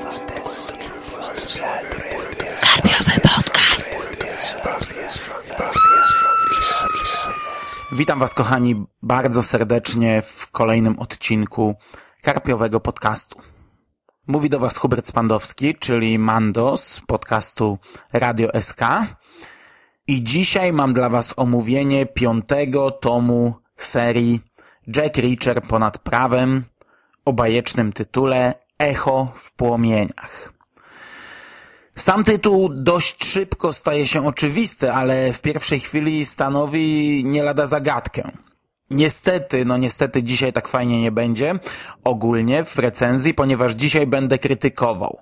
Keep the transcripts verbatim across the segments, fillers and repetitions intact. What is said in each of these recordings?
Karpiowy podcast. Witam Was, kochani, bardzo serdecznie w kolejnym odcinku Karpiowego podcastu. Mówi do Was Hubert Spandowski, czyli Mando z podcastu Radio kropka es ka. I dzisiaj mam dla Was omówienie piątego tomu serii Jack Reacher ponad prawem o bajecznym tytule Echo w płomieniach. Sam tytuł dość szybko staje się oczywisty, ale w pierwszej chwili stanowi nie lada zagadkę. Niestety, no niestety dzisiaj tak fajnie nie będzie ogólnie w recenzji, ponieważ dzisiaj będę krytykował.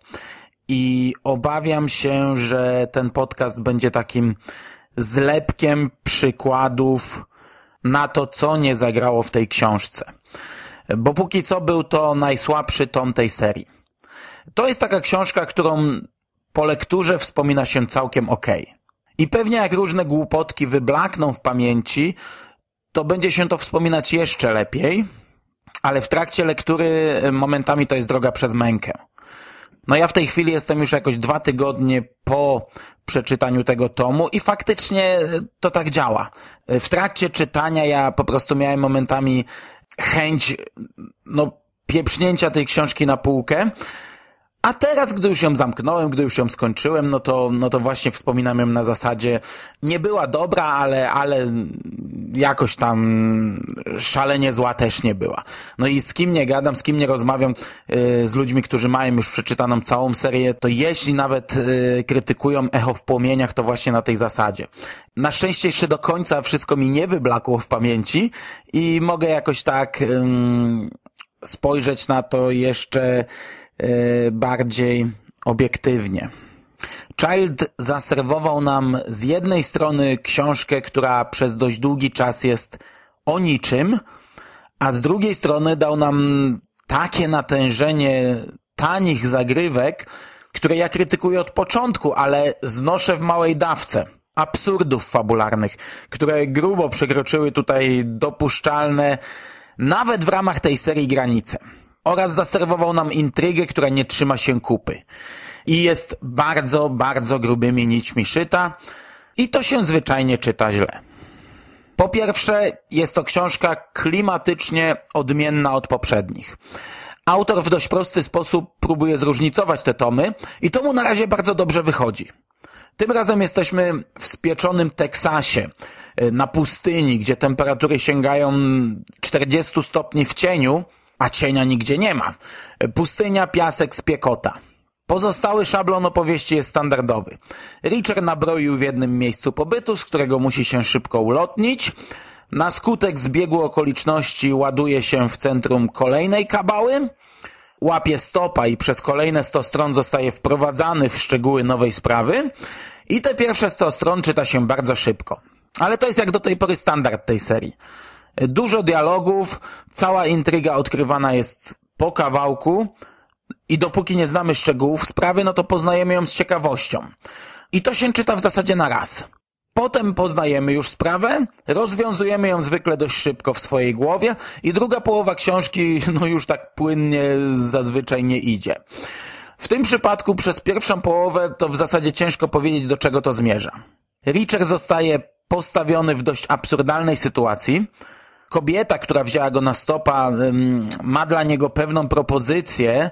I obawiam się, że ten podcast będzie takim zlepkiem przykładów na to, co nie zagrało w tej książce. Bo póki co był to najsłabszy tom tej serii. To jest taka książka, którą po lekturze wspomina się całkiem okej. I pewnie jak różne głupotki wyblakną w pamięci, to będzie się to wspominać jeszcze lepiej, ale w trakcie lektury momentami to jest droga przez mękę. No ja w tej chwili jestem już jakoś dwa tygodnie po przeczytaniu tego tomu i faktycznie to tak działa. W trakcie czytania ja po prostu miałem momentami chęć, no, pieprznięcia tej książki na półkę, a teraz, gdy już ją zamknąłem, gdy już ją skończyłem, no to, no to właśnie wspominam ją na zasadzie, nie była dobra, ale, ale jakoś tam szalenie zła też nie była. No i z kim nie gadam, z kim nie rozmawiam, yy, z ludźmi, którzy mają już przeczytaną całą serię, to jeśli nawet yy, krytykują Echo w płomieniach, to właśnie na tej zasadzie. Na szczęście jeszcze do końca wszystko mi nie wyblakło w pamięci i mogę jakoś tak yy, spojrzeć na to jeszcze bardziej obiektywnie. Child zaserwował nam z jednej strony książkę, która przez dość długi czas jest o niczym, a z drugiej strony dał nam takie natężenie tanich zagrywek, które ja krytykuję od początku, ale znoszę w małej dawce. Absurdów fabularnych, które grubo przekroczyły tutaj dopuszczalne nawet w ramach tej serii granice. Oraz zaserwował nam intrygę, która nie trzyma się kupy. I jest bardzo, bardzo grubymi nićmi szyta i to się zwyczajnie czyta źle. Po pierwsze, jest to książka klimatycznie odmienna od poprzednich. Autor w dość prosty sposób próbuje zróżnicować te tomy i to mu na razie bardzo dobrze wychodzi. Tym razem jesteśmy w spieczonym Teksasie, na pustyni, gdzie temperatury sięgają czterdziestu stopni w cieniu, a cienia nigdzie nie ma. Pustynia, piasek, spiekota. Pozostały szablon opowieści jest standardowy. Reacher nabroił w jednym miejscu pobytu, z którego musi się szybko ulotnić. Na skutek zbiegu okoliczności ładuje się w centrum kolejnej kabały, łapie stopa i przez kolejne sto stron zostaje wprowadzany w szczegóły nowej sprawy. I te pierwsze sto stron czyta się bardzo szybko. Ale to jest jak do tej pory standard tej serii. Dużo dialogów, cała intryga odkrywana jest po kawałku i dopóki nie znamy szczegółów sprawy, no to poznajemy ją z ciekawością. I to się czyta w zasadzie na raz. Potem poznajemy już sprawę, rozwiązujemy ją zwykle dość szybko w swojej głowie i druga połowa książki no już tak płynnie zazwyczaj nie idzie. W tym przypadku przez pierwszą połowę to w zasadzie ciężko powiedzieć, do czego to zmierza. Reacher zostaje postawiony w dość absurdalnej sytuacji. Kobieta, która wzięła go na stopa, ma dla niego pewną propozycję,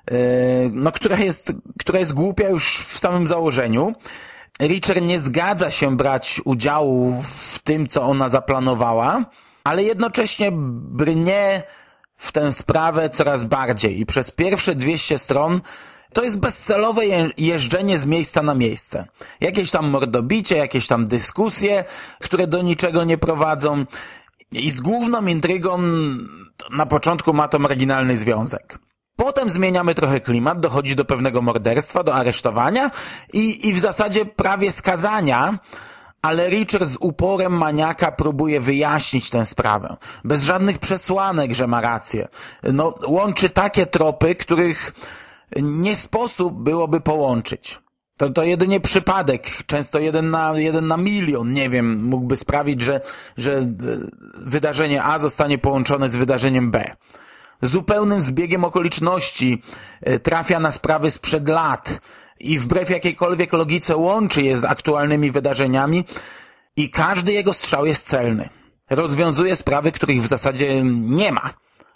no, która jest, która jest głupia już w samym założeniu. Reacher nie zgadza się brać udziału w tym, co ona zaplanowała, ale jednocześnie brnie w tę sprawę coraz bardziej i przez pierwsze dwieście stron to jest bezcelowe jeżdżenie z miejsca na miejsce. Jakieś tam mordobicie, jakieś tam dyskusje, które do niczego nie prowadzą. I z główną intrygą na początku ma to marginalny związek. Potem zmieniamy trochę klimat, dochodzi do pewnego morderstwa, do aresztowania i, i w zasadzie prawie skazania, ale Reacher z uporem maniaka próbuje wyjaśnić tę sprawę. Bez żadnych przesłanek, że ma rację. No, łączy takie tropy, których nie sposób byłoby połączyć. To, to jedynie przypadek, często jeden na, jeden na milion, nie wiem, mógłby sprawić, że, że wydarzenie A zostanie połączone z wydarzeniem B. zupełnym zbiegiem okoliczności trafia na sprawy sprzed lat i wbrew jakiejkolwiek logice łączy je z aktualnymi wydarzeniami i każdy jego strzał jest celny. Rozwiązuje sprawy, których w zasadzie nie ma.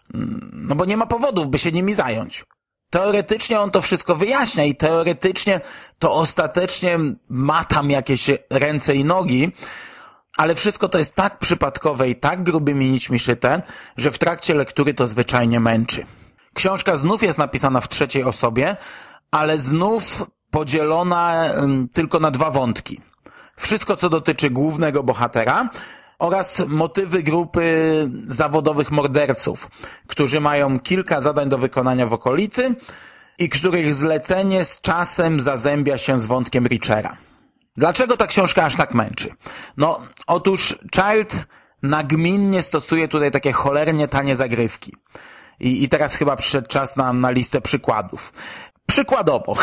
No bo nie ma powodów, by się nimi zająć. Teoretycznie on to wszystko wyjaśnia i teoretycznie to ostatecznie ma tam jakieś ręce i nogi, ale wszystko to jest tak przypadkowe i tak grubymi nićmi szyte, że w trakcie lektury to zwyczajnie męczy. Książka znów jest napisana w trzeciej osobie, ale znów podzielona tylko na dwa wątki. Wszystko, co dotyczy głównego bohatera oraz motywy grupy zawodowych morderców, którzy mają kilka zadań do wykonania w okolicy i których zlecenie z czasem zazębia się z wątkiem Reachera. Dlaczego ta książka aż tak męczy? No, otóż Child nagminnie stosuje tutaj takie cholernie tanie zagrywki. I, i teraz chyba przyszedł czas na, na listę przykładów. Przykładowo.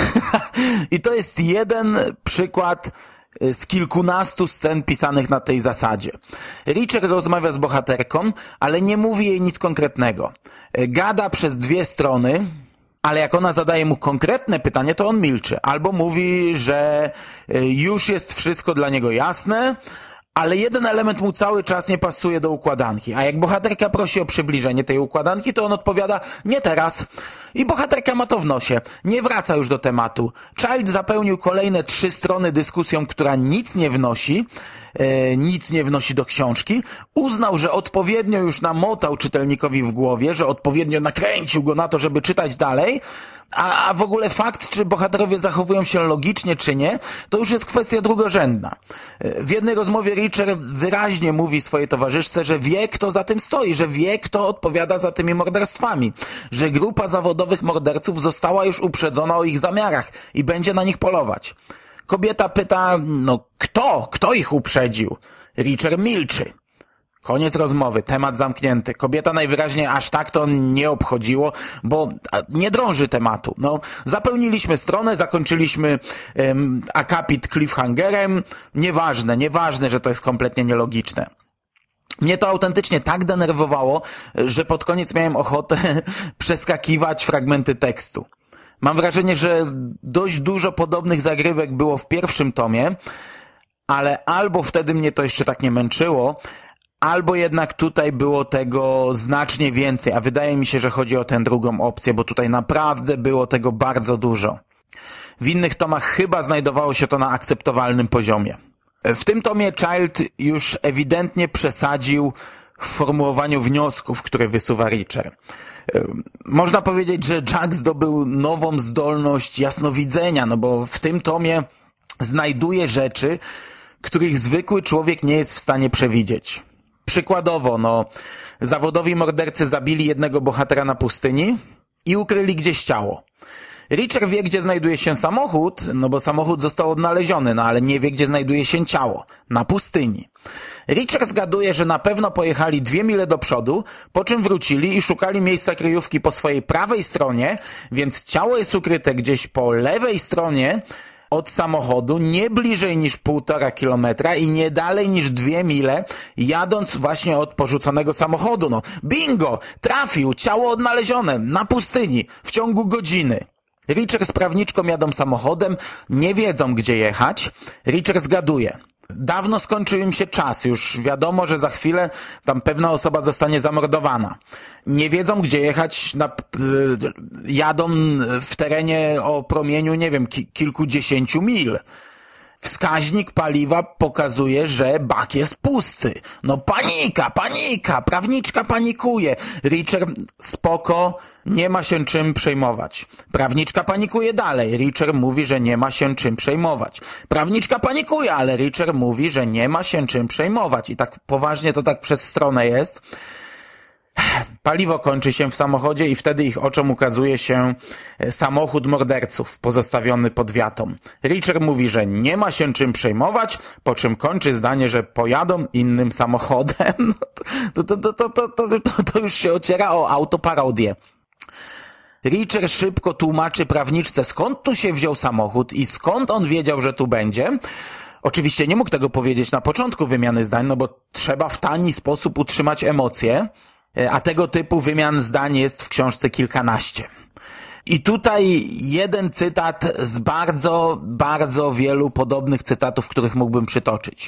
I to jest jeden przykład z kilkunastu scen pisanych na tej zasadzie. Reacher rozmawia z bohaterką, ale nie mówi jej nic konkretnego. Gada przez dwie strony, ale jak ona zadaje mu konkretne pytanie, to on milczy. Albo mówi, że już jest wszystko dla niego jasne, ale jeden element mu cały czas nie pasuje do układanki. A jak bohaterka prosi o przybliżenie tej układanki, to on odpowiada, nie teraz. I bohaterka ma to w nosie. Nie wraca już do tematu. Child zapełnił kolejne trzy strony dyskusją, która nic nie wnosi, e, nic nie wnosi do książki. Uznał, że odpowiednio już namotał czytelnikowi w głowie, że odpowiednio nakręcił go na to, żeby czytać dalej. A, a w ogóle fakt, czy bohaterowie zachowują się logicznie, czy nie, to już jest kwestia drugorzędna. W jednej rozmowie Reacher wyraźnie mówi swojej towarzyszce, że wie, kto za tym stoi, że wie, kto odpowiada za tymi morderstwami, że grupa zawodowych morderców została już uprzedzona o ich zamiarach i będzie na nich polować. Kobieta pyta, no kto? Kto ich uprzedził? Reacher milczy. Koniec rozmowy, temat zamknięty. Kobieta najwyraźniej aż tak to nie obchodziło, bo nie drąży tematu. No, zapełniliśmy stronę, zakończyliśmy um, akapit cliffhangerem. Nieważne, nieważne, że to jest kompletnie nielogiczne. Mnie to autentycznie tak denerwowało, że pod koniec miałem ochotę przeskakiwać fragmenty tekstu. Mam wrażenie, że dość dużo podobnych zagrywek było w pierwszym tomie, ale albo wtedy mnie to jeszcze tak nie męczyło, albo jednak tutaj było tego znacznie więcej, a wydaje mi się, że chodzi o tę drugą opcję, bo tutaj naprawdę było tego bardzo dużo. W innych tomach chyba znajdowało się to na akceptowalnym poziomie. W tym tomie Child już ewidentnie przesadził w formułowaniu wniosków, które wysuwa Reacher. Można powiedzieć, że Jack zdobył nową zdolność jasnowidzenia, no bo w tym tomie znajduje rzeczy, których zwykły człowiek nie jest w stanie przewidzieć. Przykładowo, no, zawodowi mordercy zabili jednego bohatera na pustyni i ukryli gdzieś ciało. Reacher wie, gdzie znajduje się samochód, no bo samochód został odnaleziony, no ale nie wie, gdzie znajduje się ciało. Na pustyni. Reacher zgaduje, że na pewno pojechali dwie mile do przodu, po czym wrócili i szukali miejsca kryjówki po swojej prawej stronie, więc ciało jest ukryte gdzieś po lewej stronie od samochodu, nie bliżej niż półtora kilometra i nie dalej niż dwie mile, jadąc właśnie od porzuconego samochodu. No, bingo! Trafił! Ciało odnalezione na pustyni w ciągu godziny. Reacher z prawniczką jadą samochodem, nie wiedzą, gdzie jechać. Reacher zgaduje. Dawno skończył im się czas, już wiadomo, że za chwilę tam pewna osoba zostanie zamordowana. Nie wiedzą, gdzie jechać, na, jadą w terenie o promieniu, nie wiem, ki- kilkudziesięciu mil. Wskaźnik paliwa pokazuje, że bak jest pusty. No panika, panika, prawniczka panikuje. Reacher spoko, nie ma się czym przejmować. Prawniczka panikuje dalej. Reacher mówi, że nie ma się czym przejmować. Prawniczka panikuje, ale Reacher mówi, że nie ma się czym przejmować. I tak poważnie to tak przez stronę jest. Paliwo kończy się w samochodzie i wtedy ich oczom ukazuje się samochód morderców pozostawiony pod wiatą. Reacher mówi, że nie ma się czym przejmować, po czym kończy zdanie, że pojadą innym samochodem. To, to, to, to, to, to, to, to już się ociera o autoparodię. Reacher szybko tłumaczy prawniczce, skąd tu się wziął samochód i skąd on wiedział, że tu będzie. Oczywiście nie mógł tego powiedzieć na początku wymiany zdań, no bo trzeba w tani sposób utrzymać emocje. A tego typu wymian zdań jest w książce kilkanaście. I tutaj jeden cytat z bardzo, bardzo wielu podobnych cytatów, których mógłbym przytoczyć.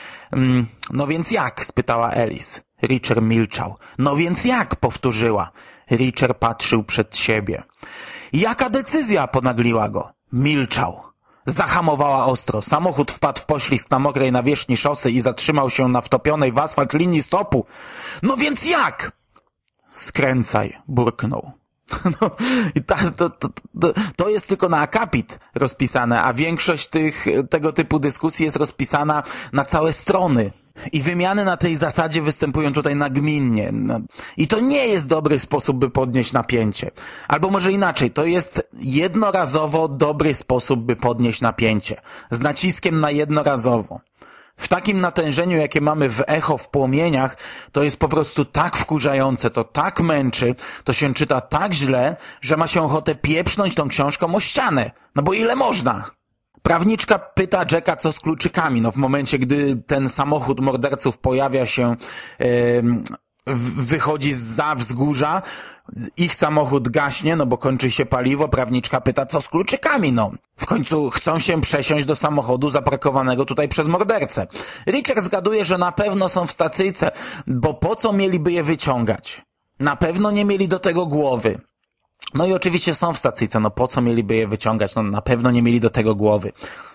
No więc jak? Spytała Alice. Reacher milczał. No więc jak? Powtórzyła. Reacher patrzył przed siebie. Jaka decyzja? Ponagliła go. Milczał. Zahamowała ostro. Samochód wpadł w poślizg na mokrej nawierzchni szosy i zatrzymał się na wtopionej w asfalt linii stopu. No więc jak? Skręcaj, burknął. No, i ta, to, to, to, to jest tylko na akapit rozpisane, a większość tych, tego typu dyskusji jest rozpisana na całe strony. I wymiany na tej zasadzie występują tutaj nagminnie. I to nie jest dobry sposób, by podnieść napięcie. Albo może inaczej, to jest jednorazowo dobry sposób, by podnieść napięcie. Z naciskiem na jednorazowo. W takim natężeniu, jakie mamy w Echo w płomieniach, to jest po prostu tak wkurzające, to tak męczy, to się czyta tak źle, że ma się ochotę pieprznąć tą książką o ścianę. No bo ile można? Prawniczka pyta Jacka, co z kluczykami. No w momencie, gdy ten samochód morderców pojawia się, yy, wychodzi zza wzgórza, ich samochód gaśnie, no bo kończy się paliwo, prawniczka pyta, co z kluczykami, no. W końcu chcą się przesiąść do samochodu zaparkowanego tutaj przez mordercę. Reacher zgaduje, że na pewno są w stacyjce, bo po co mieliby je wyciągać? Na pewno nie mieli do tego głowy. No i oczywiście są w stacyjce, no po co mieliby je wyciągać? No na pewno nie mieli do tego głowy.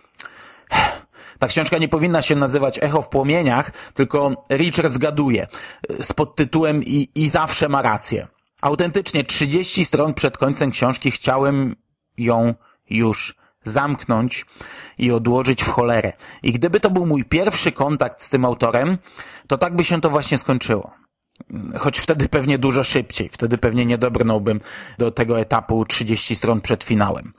Ta książka nie powinna się nazywać Echo w płomieniach, tylko Reacher zgaduje z podtytułem i, i zawsze ma rację. Autentycznie trzydzieści stron przed końcem książki chciałem ją już zamknąć i odłożyć w cholerę. I gdyby to był mój pierwszy kontakt z tym autorem, to tak by się to właśnie skończyło. Choć wtedy pewnie dużo szybciej. Wtedy pewnie nie dobrnąłbym do tego etapu trzydzieści stron przed finałem.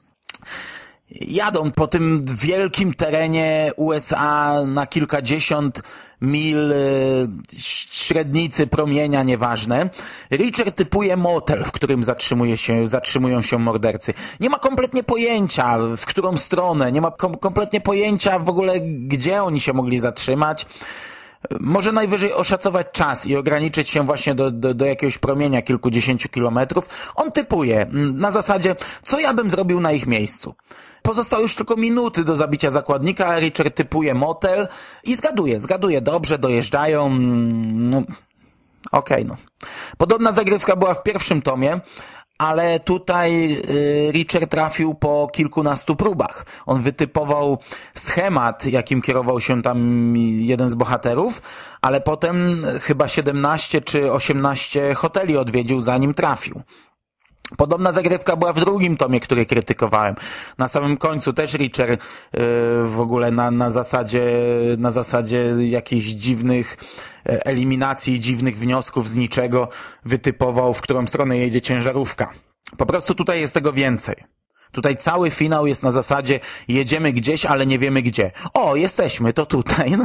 Jadą po tym wielkim terenie U S A na kilkadziesiąt mil średnicy, promienia, nieważne. Reacher typuje motel, w którym zatrzymuje się, zatrzymują się mordercy. Nie ma kompletnie pojęcia, w którą stronę, nie ma kom- kompletnie pojęcia w ogóle, gdzie oni się mogli zatrzymać. Może najwyżej oszacować czas i ograniczyć się właśnie do, do, do jakiegoś promienia kilkudziesięciu kilometrów. On typuje na zasadzie, co ja bym zrobił na ich miejscu. Pozostały już tylko minuty do zabicia zakładnika, a Reacher typuje motel i zgaduje, zgaduje dobrze, dojeżdżają, no, okej, okay, no. Podobna zagrywka była w pierwszym tomie, ale tutaj y, Reacher trafił po kilkunastu próbach. On wytypował schemat, jakim kierował się tam jeden z bohaterów, ale potem chyba siedemnaście czy osiemnaście hoteli odwiedził, zanim trafił. Podobna zagrywka była w drugim tomie, który krytykowałem. Na samym końcu też Reacher yy, w ogóle na, na zasadzie na zasadzie jakichś dziwnych eliminacji, dziwnych wniosków z niczego wytypował, w którą stronę jedzie ciężarówka. Po prostu tutaj jest tego więcej. Tutaj cały finał jest na zasadzie jedziemy gdzieś, ale nie wiemy gdzie. O, jesteśmy, to tutaj. No.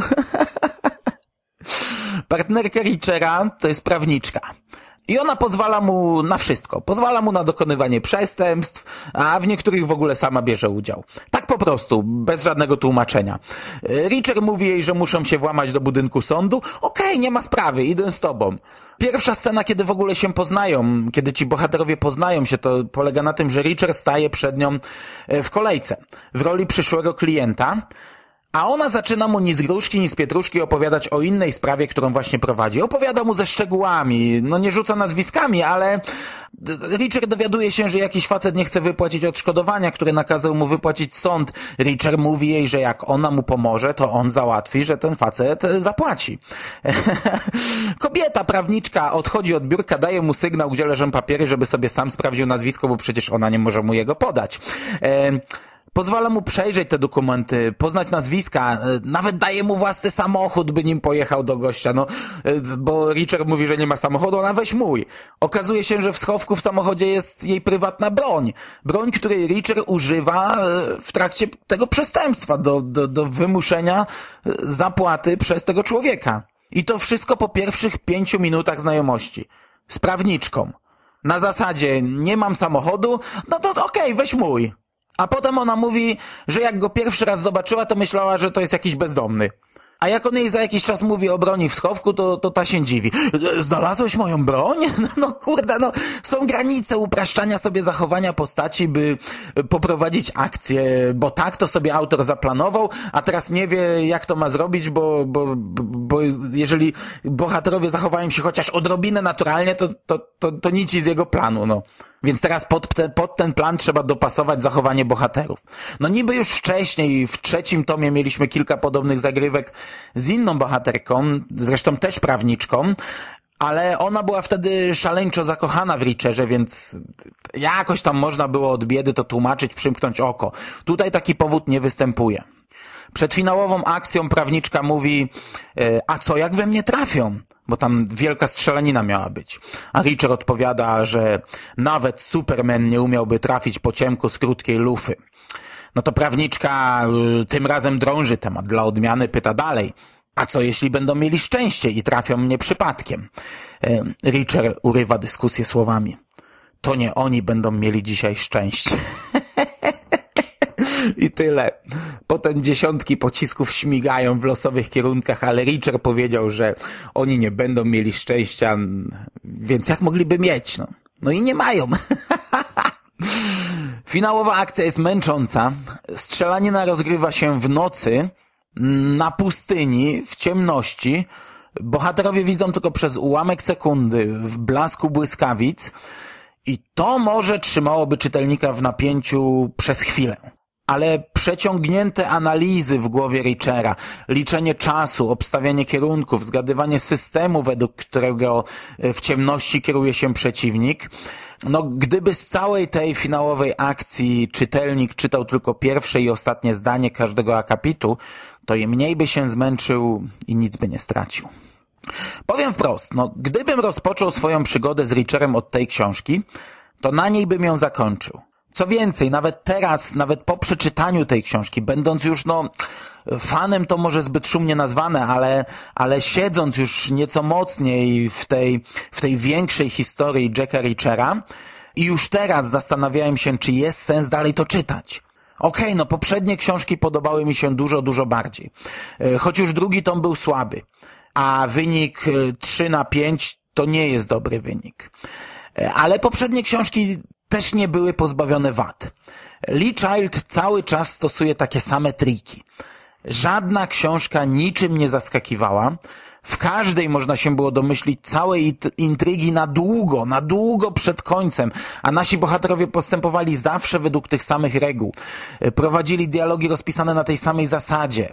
Partnerka Reachera to jest prawniczka. I ona pozwala mu na wszystko. Pozwala mu na dokonywanie przestępstw, a w niektórych w ogóle sama bierze udział. Tak po prostu, bez żadnego tłumaczenia. Reacher mówi jej, że muszą się włamać do budynku sądu. Okej, okay, nie ma sprawy, idę z tobą. Pierwsza scena, kiedy w ogóle się poznają, kiedy ci bohaterowie poznają się, to polega na tym, że Reacher staje przed nią w kolejce, w roli przyszłego klienta, a ona zaczyna mu ni z gruszki, ni z pietruszki opowiadać o innej sprawie, którą właśnie prowadzi. Opowiada mu ze szczegółami, no nie rzuca nazwiskami, ale Reacher dowiaduje się, że jakiś facet nie chce wypłacić odszkodowania, które nakazał mu wypłacić sąd. Reacher mówi jej, że jak ona mu pomoże, to on załatwi, że ten facet zapłaci. Kobieta, prawniczka, odchodzi od biurka, daje mu sygnał, gdzie leżą papiery, żeby sobie sam sprawdził nazwisko, bo przecież ona nie może mu jego podać. Pozwala mu przejrzeć te dokumenty, poznać nazwiska, nawet daje mu własny samochód, by nim pojechał do gościa, no, bo Reacher mówi, że nie ma samochodu, ona weź mój. Okazuje się, że w schowku w samochodzie jest jej prywatna broń. Broń, której Reacher używa w trakcie tego przestępstwa do, do, do wymuszenia zapłaty przez tego człowieka. I to wszystko po pierwszych pięciu minutach znajomości. Z prawniczką. Na zasadzie, nie mam samochodu, no to okej, okay, weź mój. A potem ona mówi, że jak go pierwszy raz zobaczyła, to myślała, że to jest jakiś bezdomny. A jak on jej za jakiś czas mówi o broni w schowku, to, to ta się dziwi. Znalazłeś moją broń? No kurde, no są granice upraszczania sobie zachowania postaci, by poprowadzić akcję, bo tak to sobie autor zaplanował, a teraz nie wie, jak to ma zrobić, bo, bo, bo jeżeli bohaterowie zachowają się chociaż odrobinę naturalnie, to, to, to, to nic z jego planu, no. Więc teraz pod, te, pod ten plan trzeba dopasować zachowanie bohaterów. No niby już wcześniej, w trzecim tomie mieliśmy kilka podobnych zagrywek z inną bohaterką, zresztą też prawniczką, ale ona była wtedy szaleńczo zakochana w Richerze, więc jakoś tam można było od biedy to tłumaczyć, przymknąć oko. Tutaj taki powód nie występuje. Przed finałową akcją prawniczka mówi, a co jak we mnie trafią? Bo tam wielka strzelanina miała być. A Richer odpowiada, że nawet Superman nie umiałby trafić po ciemku z krótkiej lufy. No to prawniczka y, tym razem drąży temat. Dla odmiany pyta dalej. A co jeśli będą mieli szczęście i trafią mnie przypadkiem? Y, Richer urywa dyskusję słowami. To nie oni będą mieli dzisiaj szczęście. I tyle. Potem dziesiątki pocisków śmigają w losowych kierunkach, ale Richer powiedział, że oni nie będą mieli szczęścia, więc jak mogliby mieć? No, no i nie mają. Finałowa akcja jest męcząca. Strzelanina rozgrywa się w nocy, na pustyni, w ciemności. Bohaterowie widzą tylko przez ułamek sekundy, w blasku błyskawic. I to może trzymałoby czytelnika w napięciu przez chwilę. Ale przeciągnięte analizy w głowie Richera, liczenie czasu, obstawianie kierunków, zgadywanie systemu, według którego w ciemności kieruje się przeciwnik. No, gdyby z całej tej finałowej akcji czytelnik czytał tylko pierwsze i ostatnie zdanie każdego akapitu, to i mniej by się zmęczył i nic by nie stracił. Powiem wprost, no, gdybym rozpoczął swoją przygodę z Richerem od tej książki, to na niej bym ją zakończył. Co więcej, nawet teraz, nawet po przeczytaniu tej książki, będąc już, no, fanem to może zbyt szumnie nazwane, ale, ale siedząc już nieco mocniej w tej, w tej większej historii Jacka Richera i już teraz zastanawiałem się, czy jest sens dalej to czytać. Okej, okay, no poprzednie książki podobały mi się dużo, dużo bardziej. Choć już drugi tom był słaby, a wynik trzy na pięć to nie jest dobry wynik. Ale poprzednie książki też nie były pozbawione wad. Lee Child cały czas stosuje takie same triki. Żadna książka niczym nie zaskakiwała. W każdej można się było domyślić całej intrygi na długo, na długo przed końcem, a nasi bohaterowie postępowali zawsze według tych samych reguł. Prowadzili dialogi rozpisane na tej samej zasadzie.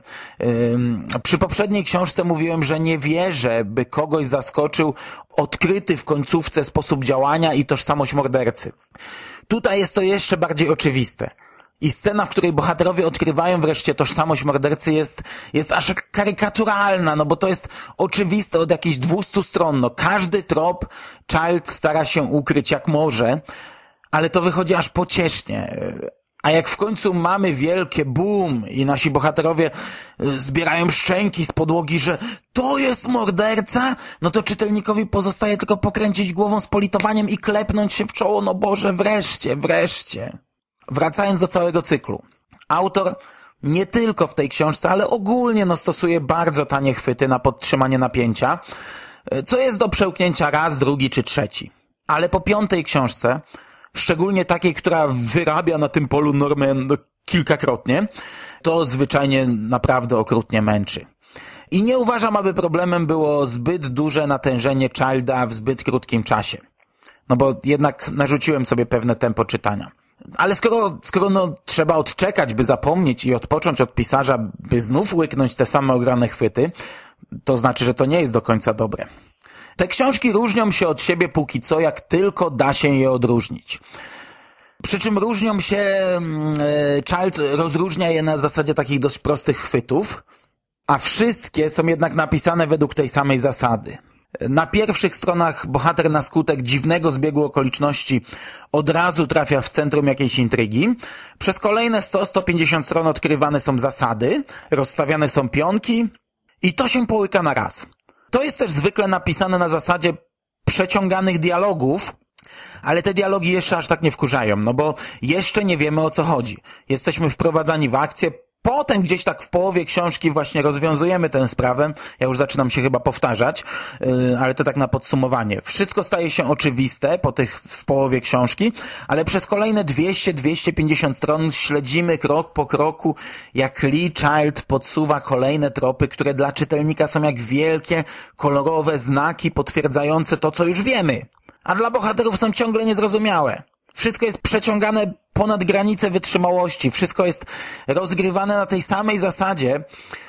Przy poprzedniej książce mówiłem, że nie wierzę, by kogoś zaskoczył odkryty w końcówce sposób działania i tożsamość mordercy. Tutaj jest to jeszcze bardziej oczywiste. I scena, w której bohaterowie odkrywają wreszcie tożsamość mordercy jest, jest aż karykaturalna, no bo to jest oczywiste od jakichś dwustu stron. No każdy trop Child stara się ukryć jak może, ale to wychodzi aż pociesznie. A jak w końcu mamy wielkie boom i nasi bohaterowie zbierają szczęki z podłogi, że to jest morderca, no to czytelnikowi pozostaje tylko pokręcić głową z politowaniem i klepnąć się w czoło. No Boże, wreszcie, wreszcie. Wracając do całego cyklu. Autor nie tylko w tej książce, ale ogólnie no, stosuje bardzo tanie chwyty na podtrzymanie napięcia, co jest do przełknięcia raz, drugi czy trzeci. Ale po piątej książce, szczególnie takiej, która wyrabia na tym polu normę no, kilkakrotnie, to zwyczajnie naprawdę okrutnie męczy. I nie uważam, aby problemem było zbyt duże natężenie Childa w zbyt krótkim czasie. No bo jednak narzuciłem sobie pewne tempo czytania. Ale skoro, skoro no, trzeba odczekać, by zapomnieć i odpocząć od pisarza, by znów łyknąć te same ograne chwyty, to znaczy, że to nie jest do końca dobre. Te książki różnią się od siebie póki co, jak tylko da się je odróżnić. Przy czym różnią się, e, Child rozróżnia je na zasadzie takich dość prostych chwytów, a wszystkie są jednak napisane według tej samej zasady. Na pierwszych stronach bohater na skutek dziwnego zbiegu okoliczności od razu trafia w centrum jakiejś intrygi. Przez kolejne sto do stu pięćdziesięciu stron odkrywane są zasady, rozstawiane są pionki i to się połyka na raz. To jest też zwykle napisane na zasadzie przeciąganych dialogów, ale te dialogi jeszcze aż tak nie wkurzają, no bo jeszcze nie wiemy o co chodzi. Jesteśmy wprowadzani w akcję, Potem gdzieś tak w połowie książki właśnie rozwiązujemy tę sprawę. Ja już zaczynam się chyba powtarzać, yy, ale to tak na podsumowanie. Wszystko staje się oczywiste po tych w połowie książki, ale przez kolejne dwieście do dwustu pięćdziesięciu stron śledzimy krok po kroku, jak Lee Child podsuwa kolejne tropy, które dla czytelnika są jak wielkie, kolorowe znaki potwierdzające to, co już wiemy. A dla bohaterów są ciągle niezrozumiałe. Wszystko jest przeciągane ponad granicę wytrzymałości. Wszystko jest rozgrywane na tej samej zasadzie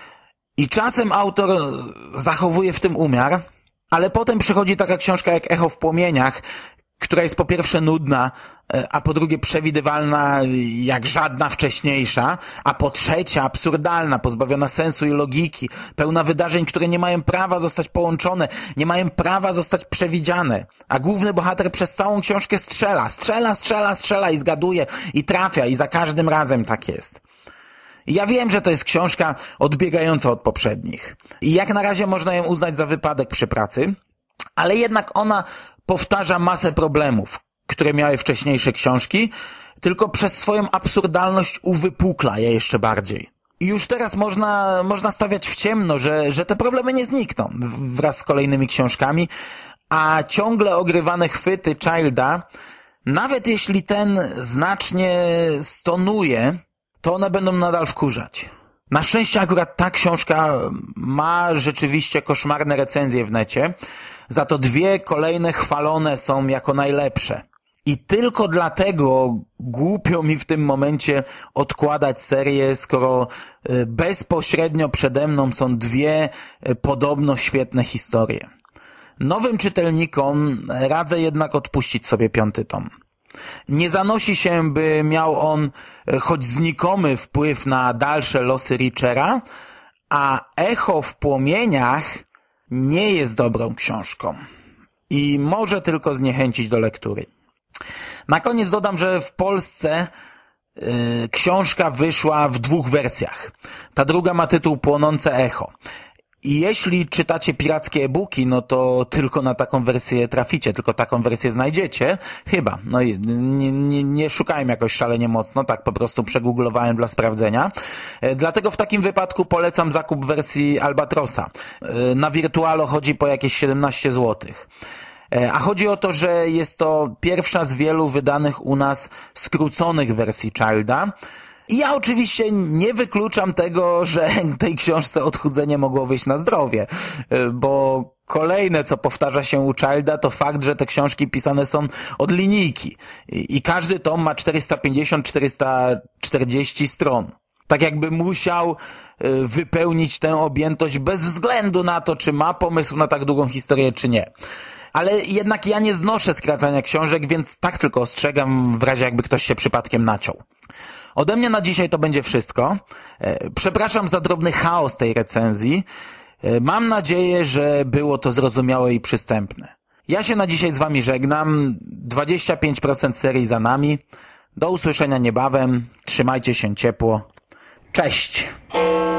i czasem autor zachowuje w tym umiar, ale potem przychodzi taka książka jak Echo w płomieniach, która jest po pierwsze nudna, a po drugie przewidywalna jak żadna wcześniejsza, a po trzecie absurdalna, pozbawiona sensu i logiki, pełna wydarzeń, które nie mają prawa zostać połączone, nie mają prawa zostać przewidziane. A główny bohater przez całą książkę strzela, strzela, strzela, strzela i zgaduje i trafia i za każdym razem tak jest. I ja wiem, że to jest książka odbiegająca od poprzednich. I jak na razie można ją uznać za wypadek przy pracy, ale jednak ona powtarza masę problemów, które miały wcześniejsze książki, tylko przez swoją absurdalność uwypukla je jeszcze bardziej. I już teraz można, można stawiać w ciemno, że, że te problemy nie znikną wraz z kolejnymi książkami, a ciągle ogrywane chwyty Childa, nawet jeśli ten znacznie stonuje, to one będą nadal wkurzać. Na szczęście akurat ta książka ma rzeczywiście koszmarne recenzje w necie, za to dwie kolejne chwalone są jako najlepsze. I tylko dlatego głupio mi w tym momencie odkładać serię, skoro bezpośrednio przede mną są dwie podobno świetne historie. Nowym czytelnikom radzę jednak odpuścić sobie piąty tom. Nie zanosi się, by miał on choć znikomy wpływ na dalsze losy Reachera, a Echo w płomieniach nie jest dobrą książką i może tylko zniechęcić do lektury. Na koniec dodam, że w Polsce yy, książka wyszła w dwóch wersjach. Ta druga ma tytuł Płonące Echo. I jeśli czytacie pirackie e-booki, no to tylko na taką wersję traficie, tylko taką wersję znajdziecie. Chyba. No i nie, nie, nie szukałem jakoś szalenie mocno, tak po prostu przegooglowałem dla sprawdzenia. E, dlatego w takim wypadku polecam zakup wersji Albatrosa. E, na Virtualo chodzi po jakieś siedemnaście złotych. E, a chodzi o to, że jest to pierwsza z wielu wydanych u nas skróconych wersji Childa. I ja oczywiście nie wykluczam tego, że tej książce odchudzenie mogło wyjść na zdrowie, bo kolejne, co powtarza się u Childa, to fakt, że te książki pisane są od linijki i każdy tom ma czterysta pięćdziesiąt do czterystu czterdziestu stron. Tak jakby musiał wypełnić tę objętość bez względu na to, czy ma pomysł na tak długą historię, czy nie. Ale jednak ja nie znoszę skracania książek, więc tak tylko ostrzegam w razie jakby ktoś się przypadkiem naciął. Ode mnie na dzisiaj to będzie wszystko. Przepraszam za drobny chaos tej recenzji. Mam nadzieję, że było to zrozumiałe i przystępne. Ja się na dzisiaj z wami żegnam. dwadzieścia pięć procent serii za nami. Do usłyszenia niebawem. Trzymajcie się ciepło. Cześć!